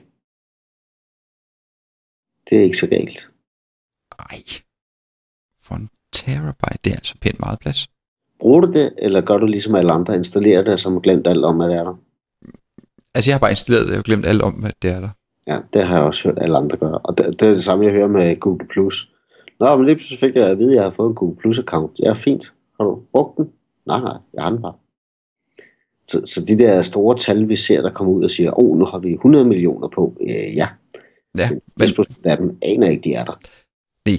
Det er ikke så galt. Ej. For en terabyte, det er altså pænt meget plads. Bruger du det, eller gør du ligesom alle andre, installerer det, som har glemt alt om, hvad det er der? Altså, jeg har bare installeret det, og glemt alt om, hvad det er der. Ja, det har jeg også hørt alle andre gøre. Og det, det er det samme, jeg hører med Google Plus. Nå, men lige så fik jeg at vide, at jeg har fået en Google Plus-account. Ja, fint. Har du brugt den? Nej, nej, jeg har den bare. Så, så de der store tal, vi ser, der kommer ud og siger, åh, oh, nu har vi hundrede millioner på. Øh, ja. Ja, men af dem aner ikke, de er der. Nej.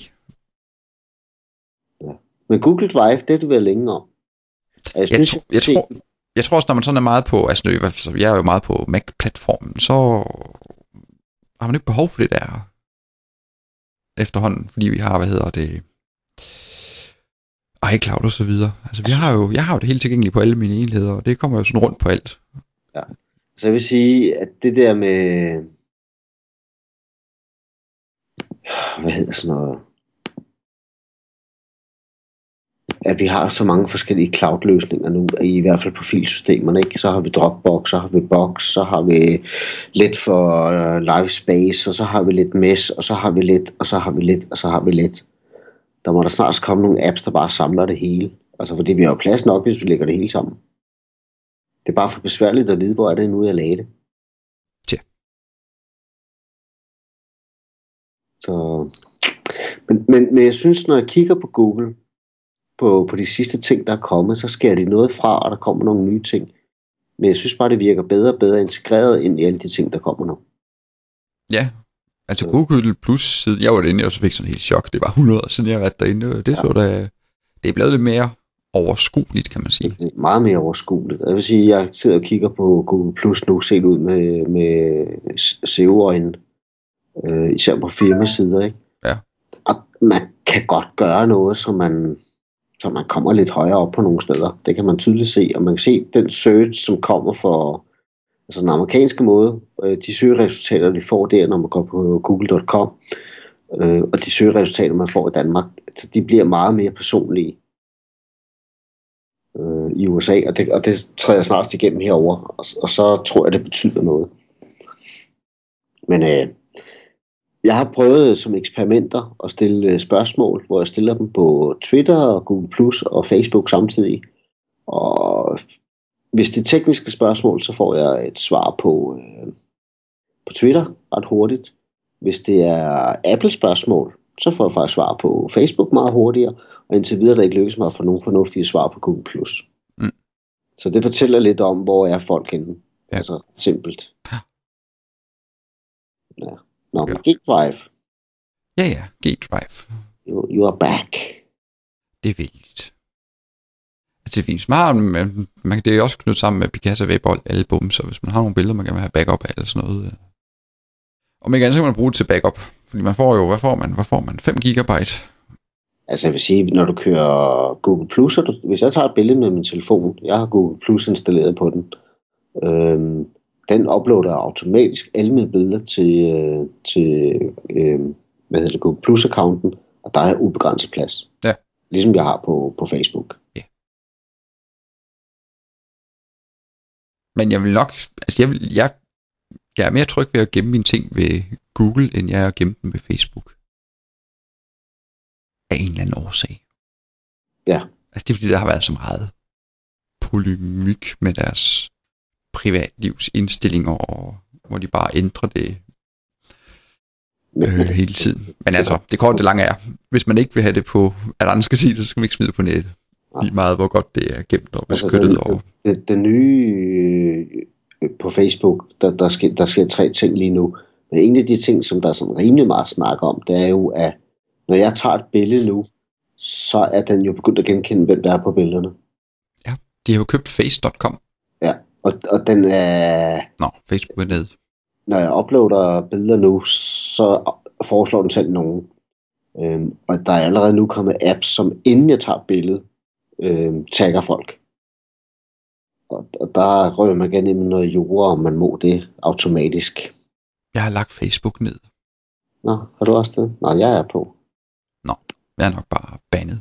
Ja. Men Google Drive, det er du vel længe om. Jeg, synes, jeg, tro, jeg, tror, jeg tror også, når man sådan er meget på, altså jeg er jo meget på Mac-platformen, så har man ikke behov for det der efterhånden, fordi vi har, hvad hedder det, iCloud og så videre. Altså vi har jo, jeg har jo det helt tilgængeligt på alle mine enheder, og det kommer jo sådan rundt på alt. Ja. Så jeg vil sige, at det der med, hvad hedder sådan noget, at vi har så mange forskellige cloud-løsninger nu, i hvert fald på filsystemerne, ikke? Så har vi Dropbox, så har vi Box, så har vi lidt for uh, Live Space, og så har vi lidt Mesh, og så har vi lidt, og så har vi lidt, og så har vi lidt. Der må der snart komme nogle apps, der bare samler det hele. Altså, fordi vi har jo plads nok, hvis vi lægger det hele sammen. Det er bare for besværligt at vide, hvor er det nu, jeg lagde det. Tja. Så... Men, men, men jeg synes, når jeg kigger på Google, På, på de sidste ting, der er kommet, så skærer de noget fra, og der kommer nogle nye ting. Men jeg synes bare, det virker bedre og bedre integreret ind i alle de ting, der kommer nu. Ja, altså Google Plus siden jeg var derinde, og så fik sådan en helt chok. Det var hundrede år siden, jeg har været derinde, og det, ja. Så der, det er blevet lidt mere overskueligt, kan man sige. Det er meget mere overskueligt. Jeg vil sige, jeg sidder og kigger på Google Plus nu, set ud med, med S E O-øjne, øh, især på firmasider, ikke? Ja. Og man kan godt gøre noget, så man, så man kommer lidt højere op på nogle steder. Det kan man tydeligt se, og man kan se den search, som kommer for altså den amerikanske måde, de søgeresultater, de får der, når man går på google punktum com, og de søgeresultater, man får i Danmark, de bliver meget mere personlige i U S A, og det, og det træder snart igennem herover, og, og så tror jeg, det betyder noget. Men øh, jeg har prøvet som eksperimenter at stille spørgsmål, hvor jeg stiller dem på Twitter og Google Plus og Facebook samtidig. Og hvis det er tekniske spørgsmål, så får jeg et svar på, øh, på Twitter ret hurtigt. Hvis det er Apple-spørgsmål, så får jeg faktisk svar på Facebook meget hurtigere. Og indtil videre, der ikke lykkes mig at få nogle fornuftige svar på Google Plus. Mm. Så det fortæller lidt om, hvor er folk henne. Ja. Altså simpelt. Ja. Nå, men G-Drive. Ja, ja, G-Drive. You, you are back. Det er vildt. Altså, det er fint. Man, har, man, man, det er også knyttet sammen med Picasa Webbold album, så hvis man har nogle billeder, man kan have backup af eller sådan noget. Og man kan så kan man bruge det til backup. Fordi man får jo, hvad får man? Hvad får man? fem gigabyte. Altså jeg vil sige, når du kører Google Plus, du, hvis jeg tager et billede med min telefon, jeg har Google Plus installeret på den, øhm, den uploader automatisk alle mine billeder til, øh, til øh, hvad hedder det, Google Plus-accounten, og der er ubegrænset plads. Ja. Ligesom jeg har på, på Facebook. Ja. Men jeg vil nok, altså jeg, vil, jeg, jeg er mere tryg ved at gemme mine ting ved Google, end jeg er at gemme dem ved Facebook. Af en eller anden årsag. Ja. Altså det er fordi, der har været så meget polemik med deres privatlivs indstillinger, og hvor de bare ændrer det øh, hele tiden. Men altså, det korte det lange er, hvis man ikke vil have det på, at andre skal sige det, så skal man ikke smide det på nettet. Lige meget, hvor godt det er gemt og beskyttet. Altså, den, og... den, den nye øh, på Facebook, der, der, sker, der sker tre ting lige nu. Men en af de ting, som der er sådan rimelig meget snak om, det er jo, at når jeg tager et billede nu, så er den jo begyndt at genkende, hvem der er på billederne. Ja, de har jo købt face punktum com. Ja, og, og den er... Nå, Facebook er nede. Når jeg uploader billeder nu, så foreslår den selv nogen. Øhm, og der er allerede nu kommet apps, som inden jeg tager et billede, øhm, tagger folk. Og, og der rører man gerne ind med noget jord, om man må det automatisk. Jeg har lagt Facebook ned. Nå, har du også det? Nå, jeg er på. Nå, jeg er nok bare bandet.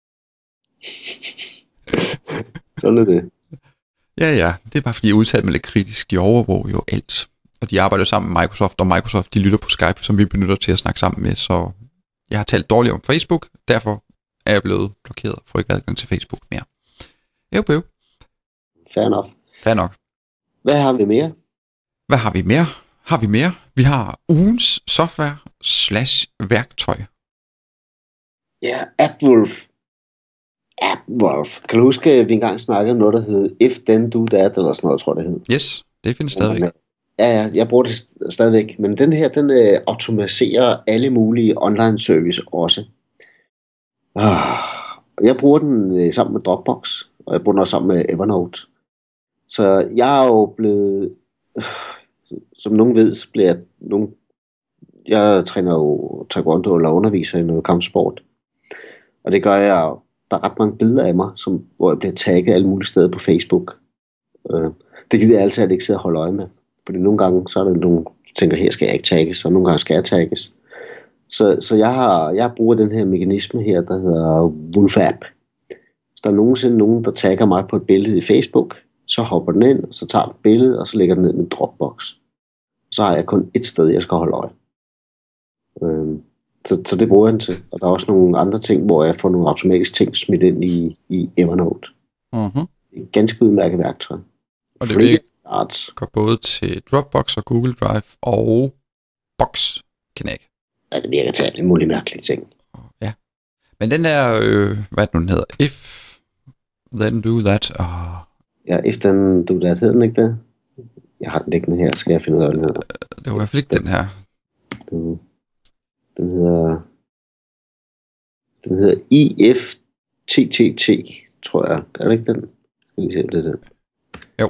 Sådan er det. Ja, ja. Det er bare fordi, jeg udtalte mig lidt kritisk. De overvåger jo alt. Og de arbejder sammen med Microsoft, og Microsoft de lytter på Skype, som vi benytter til at snakke sammen med. Så jeg har talt dårligt om Facebook. Derfor er jeg blevet blokeret for ikke adgang til Facebook mere. Øv, øv. Fair nok. Fair nok. Hvad har vi mere? Hvad har vi mere? Har vi mere? Vi har ugens software slash værktøj. Ja, AppWolf. AppWolf. Kan du huske, at vi engang snakkede om noget, der hed If Then Do That, eller sådan noget, tror jeg, det hed? Yes, det findes stadigvæk. Ja, ja, jeg bruger det stadigvæk. Men den her, den øh, automatiserer alle mulige online service også. Ah, jeg bruger den øh, sammen med Dropbox, og jeg bruger den også sammen med Evernote. Så jeg er jo blevet... Øh, som nogen ved, så bliver jeg... Nogen, jeg træner jo taekwondo eller underviser i noget kampsport. Og det gør jeg jo. Der er ret mange billeder af mig, som, hvor jeg bliver tagget alle mulige steder på Facebook. Øh, det gider jeg altid ikke sidde og holde øje med. Fordi nogle gange, så er der nogen, der tænker, her skal jeg ikke tagges, og nogle gange skal jeg tagges. Så, så jeg har jeg bruger den her mekanisme her, der hedder WolfApp. Hvis der er nogensinde nogen, der tagger mig på et billede i Facebook, så hopper den ind, og så tager den et billede, og så lægger den ned med en Dropbox. Så har jeg kun et sted, jeg skal holde øje. Øh, Så, så det bruger jeg den til. Og der er også nogle andre ting, hvor jeg får nogle automatiske ting smidt ind i, i Evernote. Uh-huh. Et ganske udmærket værktøj. Og det vil går både til Dropbox og Google Drive og Box Connect. Ja, det virker til alle mulige mærkelige ting. Ja. Men den der, øh, hvad den hedder, If Then Do That. Oh. Ja, If Then Do That, hedder den ikke det? Jeg har den liggende her, skal jeg finde ud af, hvad den hedder. Det var i hvert fald ikke den, den her. Den, den hedder... Den hedder I F T T T, tror jeg. Er det ikke den? Skal vi se, det er den. Jo.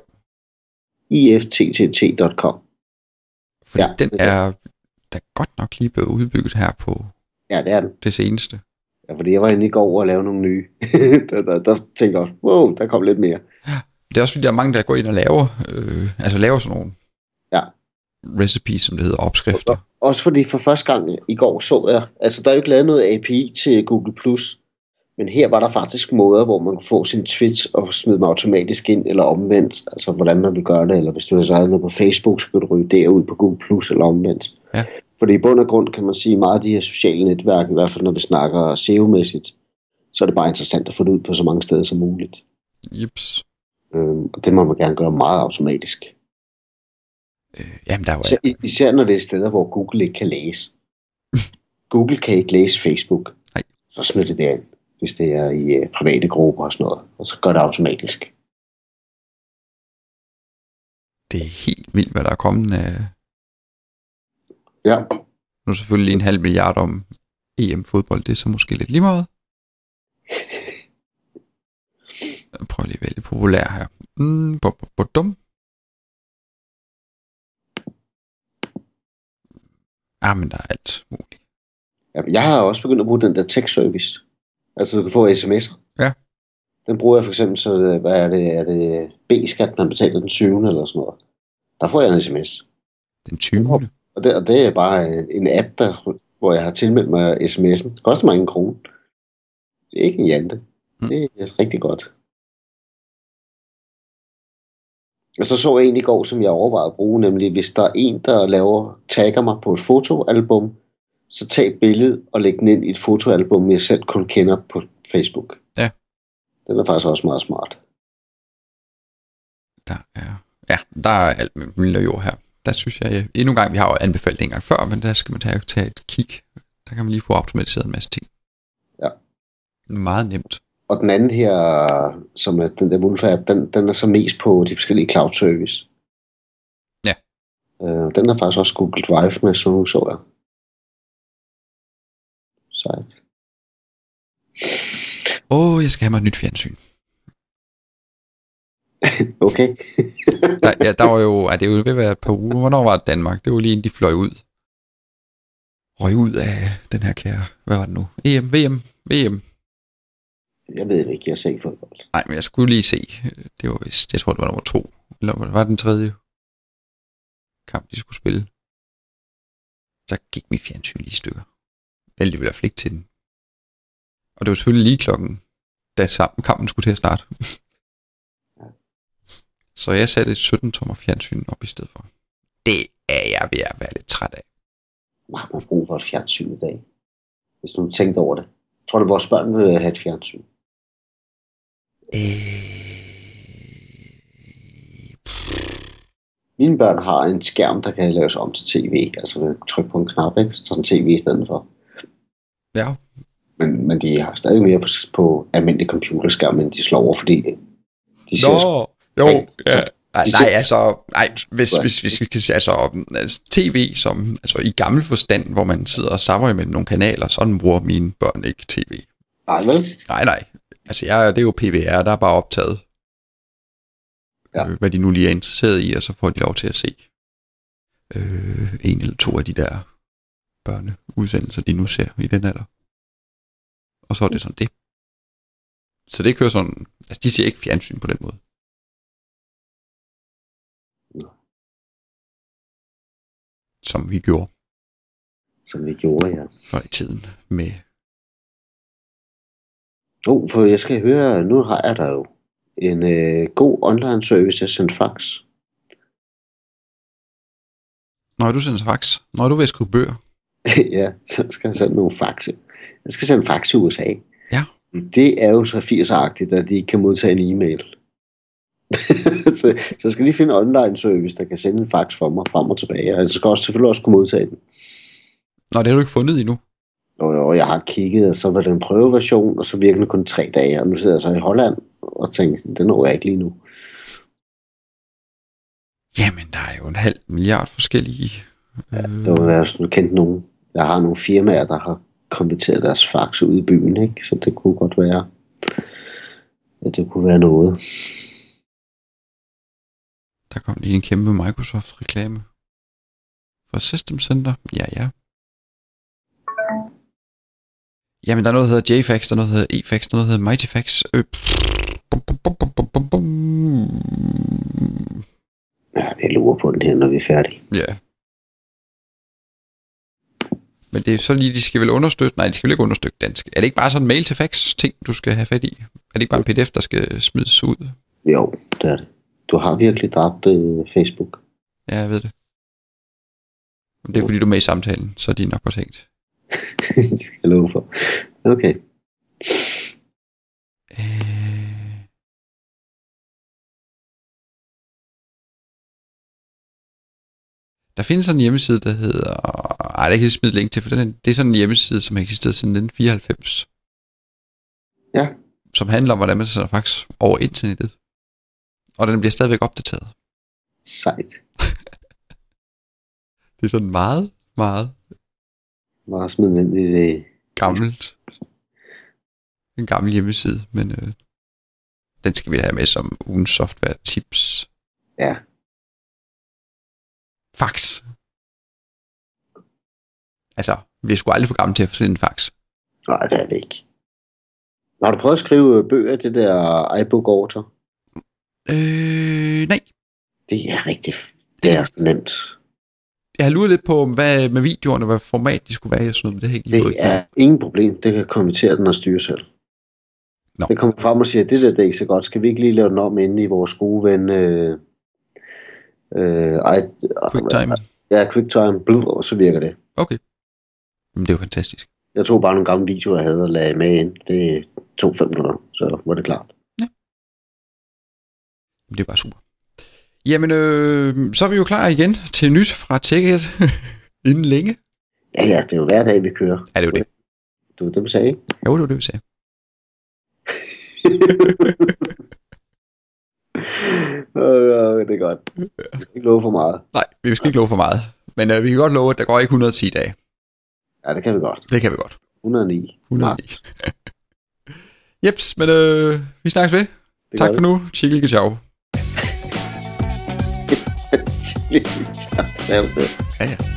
I F T T T punktum com. Fordi ja, den er, der er godt nok lige blevet udbygget her på Ja, det er den. Det seneste. Ja, fordi jeg var inde i går og lavede nogle nye. der, der, der tænkte jeg, wow, der kom lidt mere. Det er også fordi, der er mange, der går ind og laver, øh, altså laver sådan nogle ja. recipes, som det hedder, opskrifter. Også fordi for første gang i går så jeg, altså der er jo ikke lavet noget A P I til Google Plus, men her var der faktisk måder, hvor man kunne få sin tweets og smide dem automatisk ind, eller omvendt, altså hvordan man vil gøre det, eller hvis du har sagt noget på Facebook, så kan du ryge derud på Google Plus, eller omvendt. Ja. Fordi i bund og grund kan man sige, meget af de her sociale netværk, i hvert fald når vi snakker S E O-mæssigt, så er det bare interessant at få det ud på så mange steder som muligt. Jeps. Øhm, og det må man gerne gøre meget automatisk. Øh, jamen, der var især, især når det er steder, hvor Google ikke kan læse. Google kan ikke læse Facebook. Nej. Så smid det derind, hvis det er i uh, private grupper og sådan noget. Og så gør det automatisk. Det er helt vildt, hvad der er kommet af... Ja. Nu er selvfølgelig en halv milliard om E M-fodbold. Det er så måske lidt lige meget. Jeg prøver lige at være lidt populær her. Mm, bo, bo, bo, dum. Ah, men der er alt muligt. Ja, jeg har også begyndt at bruge den der tech-service. Altså, du kan få sms'er. Ja. Den bruger jeg for eksempel, så hvad er det, er det B-skat, man betaler den tyvende eller sådan noget. Der får jeg en sms. Den tyvende Og det, og det er bare en app, der, hvor jeg har tilmeldt mig sms'en. Det koster mig ingen krone. Det er ikke en jante. Mm. Det er rigtig godt. Og så så jeg en i går, som jeg overvejede at bruge, nemlig hvis der er en, der laver, tagger mig på et fotoalbum, så tag et billede og læg den ind i et fotoalbum, jeg selv kun kender på Facebook. Ja. Den er faktisk også meget smart. Der er, ja, der er alt med miljø her. Der synes jeg, endnu en gang, vi har jo anbefalet det en gang før, men der skal man tage, tage et kig. Der kan man lige få automatiseret en masse ting. Ja. Det er meget nemt. Og den anden her, som er den der Wolf-app, den, den er så mest på de forskellige cloud service. Ja. Øh, den er faktisk også Google Drive med, så nu så jeg. Sejt. Åh, oh, jeg skal have mig et nyt fjernsyn. Okay. der, ja, der var jo, ja, det er jo ved at være et par uger. Hvornår var det Danmark? Det var lige inden de fløj ud. Røg ud af den her kære, hvad var det nu? E M, V M, V M. Jeg ved det ikke, jeg ser ikke fodbold. Nej, men jeg skulle lige se. Det var vist, jeg tror det var nummer to. Eller var det den tredje kamp, de skulle spille. Så gik mit fjernsyn lige i stykker. Eller det ville jeg ikke til den. Og det var selvfølgelig lige klokken, da kampen skulle til at starte. Så jeg satte et sytten tommer fjernsyn op i stedet for. Det er jeg ved at være lidt træt af. Man har brug for et fjernsyn i dag. Hvis du tænkte over det. Tror du, vores børn vil have et fjernsyn? Øh... Mine børn har en skærm, der kan laves om til tv. Altså tryk på en knap, ikke? Så en tv i stedet for. Ja. Men, men de har stadig mere på, på almindelig computerskærm, end de slår over, fordi de ser... Nå, jo, ja. Nej, de nej, ser, altså, nej, hvis, hvis, hvis vi kan sige, altså, altså, tv som, altså i gammel forstand, hvor man sidder og sapper imellem nogle kanaler, sådan bruger mine børn ikke tv. Nej, vel? Nej, nej. Altså, jeg, det er jo P V R, der er bare optaget, ja. øh, hvad de nu lige er interesseret i, og så får de lov til at se øh, en eller to af de der børneudsendelser, de nu ser i den alder. Og så er det sådan det. Så det kører sådan, altså de ser ikke fjernsyn på den måde. Ja. Som vi gjorde. Som vi gjorde, ja. Før i tiden med... Oh, for jeg skal høre, nu har jeg der jo en øh, god online service at sende fax. Når du sender fax? Når du vil skrive bøger? Ja, så skal jeg sende nogle faxe. Jeg skal sende fax i U S A. Ja. Det er jo så firserne-agtigt, at de ikke kan modtage en e-mail. så, så jeg skal lige finde en online service, der kan sende en fax for mig frem og tilbage. Og jeg skal også, selvfølgelig også kunne modtage den. Nå, det har du ikke fundet endnu. Og, og jeg har kigget, og så var det en prøveversion, og så virker den kun tre dage. Og nu sidder jeg så i Holland og tænker, det når jeg ikke lige nu. Jamen, der er jo en halv milliard forskellige... Ja, det var være sådan, kendt nogen. Jeg har nogle firmaer, der har konverteret deres fax ud i byen, ikke? Så det kunne godt være, at det kunne være noget. Der kom lige en kæmpe Microsoft-reklame for System Center. Ja, ja. Jamen, der er noget, der hedder J-Fax, der er noget, der hedder E-Fax, der er noget, der hedder Mightyfax. Øh. Bum, bum, bum, bum, bum, bum. Ja, jeg lurer på den her, når vi er færdige. Ja. Men det er så lige, de skal vel understøtte... Nej, de skal vel ikke understøtte dansk. Er det ikke bare sådan en mail til fax ting, du skal have fat i? Er det ikke bare en P D F, der skal smides ud? Jo, det er det. Du har virkelig dræbt uh, Facebook. Ja, jeg ved det. Men det er fordi, du er med i samtalen, så er de nok på tænkt. Det skal jeg love for. Okay. Øh... Der findes sådan en hjemmeside, der hedder... Ej, der kan jeg smide link til, for den er... det er sådan en hjemmeside, som har eksisteret siden nitten fireoghalvfems. Ja. Som handler om, hvordan man sender fax over internettet. Og den bliver stadigvæk opdateret. Sejt. Det er sådan meget, meget... Bare smid den ind i det... gammelt. En gammel hjemmeside, men øh, den skal vi have med som ugens software tips. Ja. Fax. Altså, vi er sgu aldrig for gamle til at få sådan en fax. Nej, det er det ikke. Har du prøvet at skrive bøger, det der iBook Author? Øh, nej. Det er rigtig... Det er nemt. Jeg har luret lidt på, hvad med videoerne, hvad format de skulle være og sådan noget, men det har jeg ikke lige fået. Det er ingen problem. Det kan konvertere den og styre selv. Nå. Det kommer frem og siger, at det der det er ikke så godt. Skal vi ikke lige lave den om inde i vores gode ven... Øh, øh, I, QuickTime. Ja, QuickTime. Blue, og så virker det. Okay. Men det er jo fantastisk. Jeg tog bare nogle gamle videoer, jeg havde og lagde med ind. Det tog fem minutter, så var det klart. Ja. Det er bare super. Jamen, øh, så er vi jo klar igen til nyt fra TechEd inden længe. Ja, ja, det er jo hver dag, vi kører. Ja, det er jo det. Det var det, vi sagde, ikke? Jo, det var det, vi sagde. øh, det er godt. Vi skal ikke love for meget. Nej, vi skal ikke love for meget. Men øh, vi kan godt love, at der går ikke et hundrede og ti dage. Ja, det kan vi godt. Det kan vi godt. et hundrede og ni. et hundrede og ni. Jeps, men øh, vi snakkes ved. Det tak for nu. Tjekkelige ciao. Ja, ja. Ja, ja.